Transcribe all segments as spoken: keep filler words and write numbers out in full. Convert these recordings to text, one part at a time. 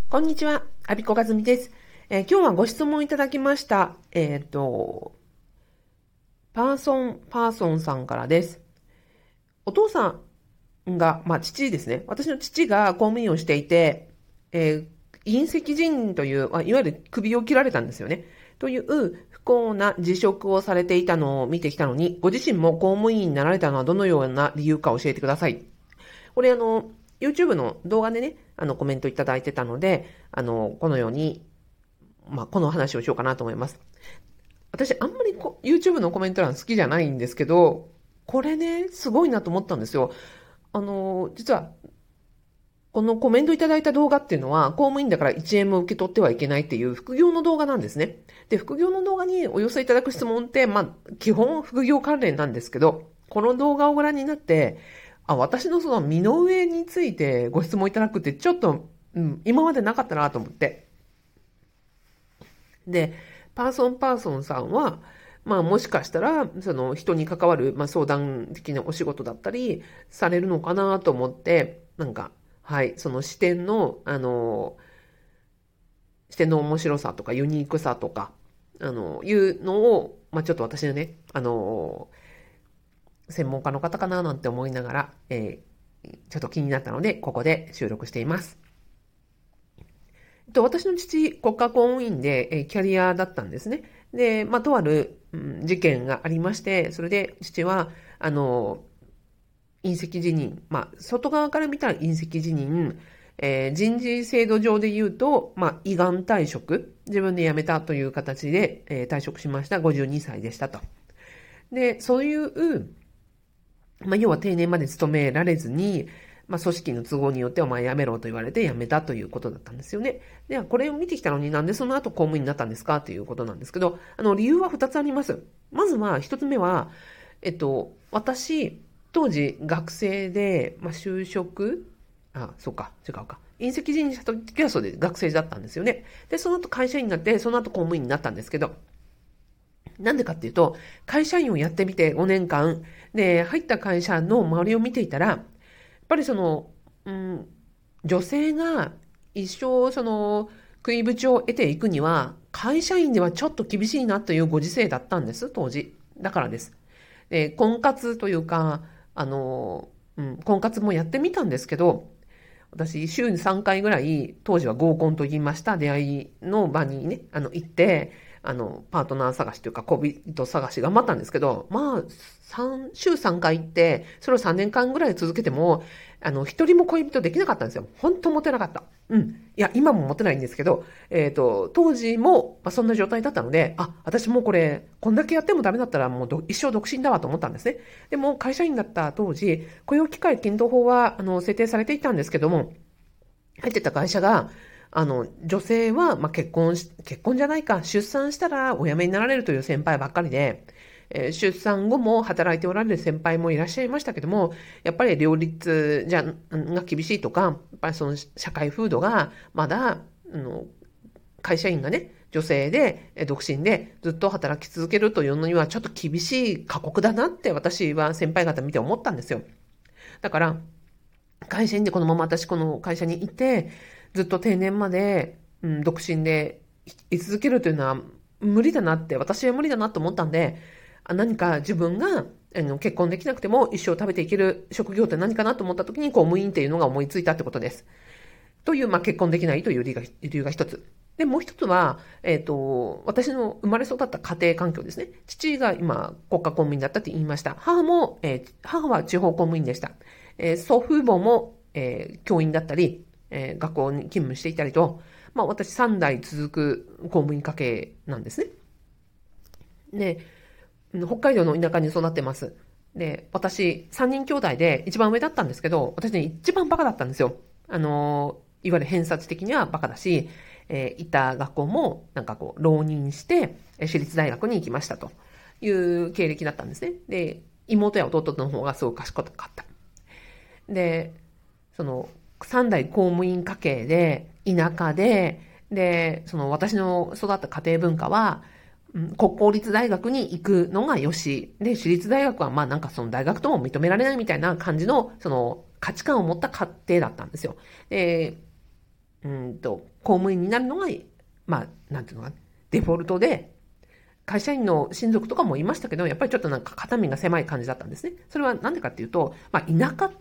こんにちは、アビコカズミです。えー今日はご質問いただきました。えっと、パーソン、パーソンさんからです。お父さんが、まあ父ですね。私の父が公務員をしていて、えー隕石人という、あいわゆる首を切られたんですよね。という不幸な辞職をされていたのを見てきたのに、ご自身も公務員になられたのはどのような理由か教えてください。これあの、YouTube の動画でね、あのコメントいただいてたので、あの、このように、まあ、この話をしようかなと思います。私、あんまりこ YouTube のコメント欄好きじゃないんですけど、これね、すごいなと思ったんですよ。あの、実は、このコメントいただいた動画っていうのは、公務員だからいちえんも受け取ってはいけないっていう副業の動画なんですね。で、副業の動画にお寄せいただく質問って、まあ、基本副業関連なんですけど、この動画をご覧になって、あ、私のその身の上についてご質問いただくってちょっと、うん、今までなかったなと思って。で、パーソンパーソンさんは、まあもしかしたら、その人に関わる、まあ相談的なお仕事だったり、されるのかなと思って、なんか、はい、その視点の、あの、視点の面白さとかユニークさとか、あの、いうのを、まあちょっと私のね、あの、専門家の方かななんて思いながら、えーちょっと気になったので、ここで収録しています。と私の父、国家公務員で、えーキャリアだったんですね。で、まあ、とある、うん、事件がありまして、それで父は、あの、隕石辞任、まあ、外側から見たら隕石辞任、えー人事制度上で言うと、まあ、依願退職、自分で辞めたという形で、えー退職しました。ごじゅうにさいでしたと。で、そういう、まあ、要は定年まで勤められずに、まあ、組織の都合によってお前辞めろと言われて辞めたということだったんですよね。では、これを見てきたのになんでその後公務員になったんですかということなんですけど、あの、理由は二つあります。まずは一つ目は、えっと、私、当時学生で、まあ、就職、あ、そうか、違うか。隕石人社と時はそうで学生だったんですよね。で、その後会社員になって、その後公務員になったんですけど、なんでかっていうと、会社員をやってみてごねんかん、で、入った会社の周りを見ていたら、やっぱりその、うん、女性が一生その、食いぶちを得ていくには、会社員ではちょっと厳しいなというご時世だったんです、当時。だからです。で、婚活というか、あの、うん、婚活もやってみたんですけど、私、週にさんかいぐらい、当時は合コンと言いました、出会いの場にね、あの、行って、あの、パートナー探しというか、恋人探し頑張ったんですけど、まあ、三、週さんかい行って、それをさんねんかんぐらい続けても、あの、一人も恋人できなかったんですよ。本当モテなかった。うん。いや、今もモテないんですけど、えっと、当時も、まあ、そんな状態だったので、あ、私もうこれ、こんだけやってもダメだったらもうど一生独身だわと思ったんですね。でも、会社員だった当時、雇用機会均等法は、あの、制定されていたんですけども、入ってた会社が、あの、女性は、まあ、結婚し、結婚じゃないか、出産したらお辞めになられるという先輩ばっかりで、えー出産後も働いておられる先輩もいらっしゃいましたけども、やっぱり両立じゃ、が厳しいとか、やっぱりその社会風土がまだ、あの、会社員がね、女性で、え独身でずっと働き続けるというのにはちょっと厳しい過酷だなって私は先輩方見て思ったんですよ。だから、会社員でこのまま私この会社にいて、ずっと定年まで、うん、独身で居続けるというのは無理だなって、私は無理だなと思ったんで、あ何か自分があの結婚できなくても一生食べていける職業って何かなと思った時に公務員っていうのが思いついたってことです。という、まあ、結婚できないという理由が理由が一つ。で、もう一つは、えっ、と、私の生まれ育った家庭環境ですね。父が今、国家公務員だったって言いました。母も、えー母は地方公務員でした。えー祖父母も、えー教員だったり、えー学校に勤務していたりと、まあ私さん代続く公務員家系なんですね。で、北海道の田舎に育ってます。で、私、さんにん兄弟で一番上だったんですけど、私ね、一番バカだったんですよ。あの、いわゆる偏差値的にはバカだし、えー、いた学校も、なんかこう、浪人して、私立大学に行きましたという経歴だったんですね。で、妹や弟の方がすごく賢かった。で、その、三代公務員家系で、田舎で、で、その私の育った家庭文化は、国公立大学に行くのがよし、で、私立大学はまあなんかその大学とも認められないみたいな感じの、その価値観を持った家庭だったんですよ。で、 うんと、公務員になるのが、まあ、なんていうのかな、デフォルトで、会社員の親族とかもいましたけど、やっぱりちょっとなんか肩身が狭い感じだったんですね。それはなんでかっていうと、まあ、田舎って、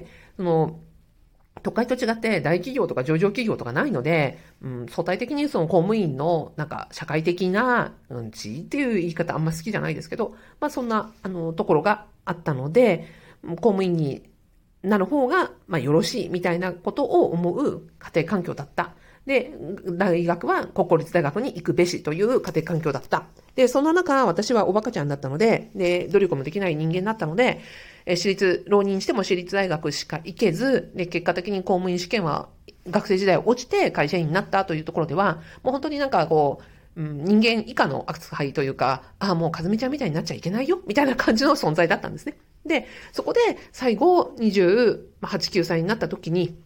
その、都会と違って大企業とか上場企業とかないので、うん、相対的にその公務員のなんか社会的な、うん、地位っていう言い方あんま好きじゃないですけど、まあそんなあのところがあったので、公務員になる方がまあよろしいみたいなことを思う家庭環境だった。で、大学は国公立大学に行くべしという家庭環境だった。で、そんな中、私はおバカちゃんだったので、で、努力もできない人間だったので、私立、浪人しても私立大学しか行けず、で、結果的に公務員試験は学生時代落ちて会社員になったというところでは、もう本当になんかこう、うん、人間以下の扱いというか、ああ、もうかずみちゃんみたいになっちゃいけないよ、みたいな感じの存在だったんですね。で、そこで最後にじゅうはち、きゅうさいになった時に、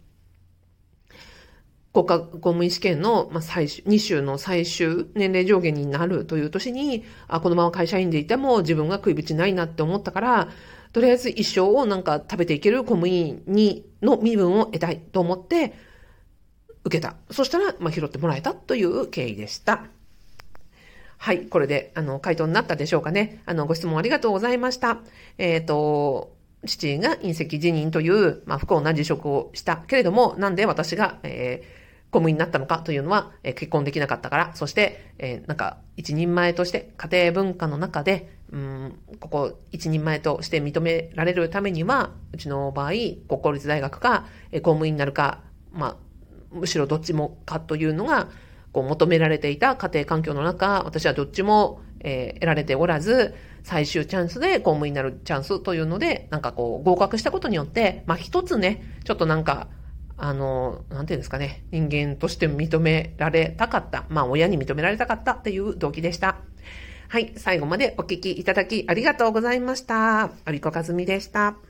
国家公務員試験の最終、に週の最終年齢上限になるという年に、あ、このまま会社員でいても自分が食いぶちないなって思ったから、とりあえず一生をなんか食べていける公務員にの身分を得たいと思って受けた。そしたら、まあ、拾ってもらえたという経緯でした。はい、これで、あの、回答になったでしょうかね。あの、ご質問ありがとうございました。えっと、父が隕石辞任という、まあ、不幸な辞職をしたけれども、なんで私が、えー公務員になったのかというのは、えー、結婚できなかったから、そして、えー、なんか、一人前として、家庭文化の中で、うん、ここ、一人前として認められるためには、うちの場合、国公立大学か、えー、公務員になるか、まあ、むしろどっちもかというのが、こう、求められていた家庭環境の中、私はどっちも、えー、得られておらず、最終チャンスで公務員になるチャンスというので、なんかこう、合格したことによって、まあ一つね、ちょっとなんか、あの、なんていうんですかね、人間として認められたかった。まあ、親に認められたかったっていう動機でした。はい、最後までお聞きいただきありがとうございました。有子和美でした。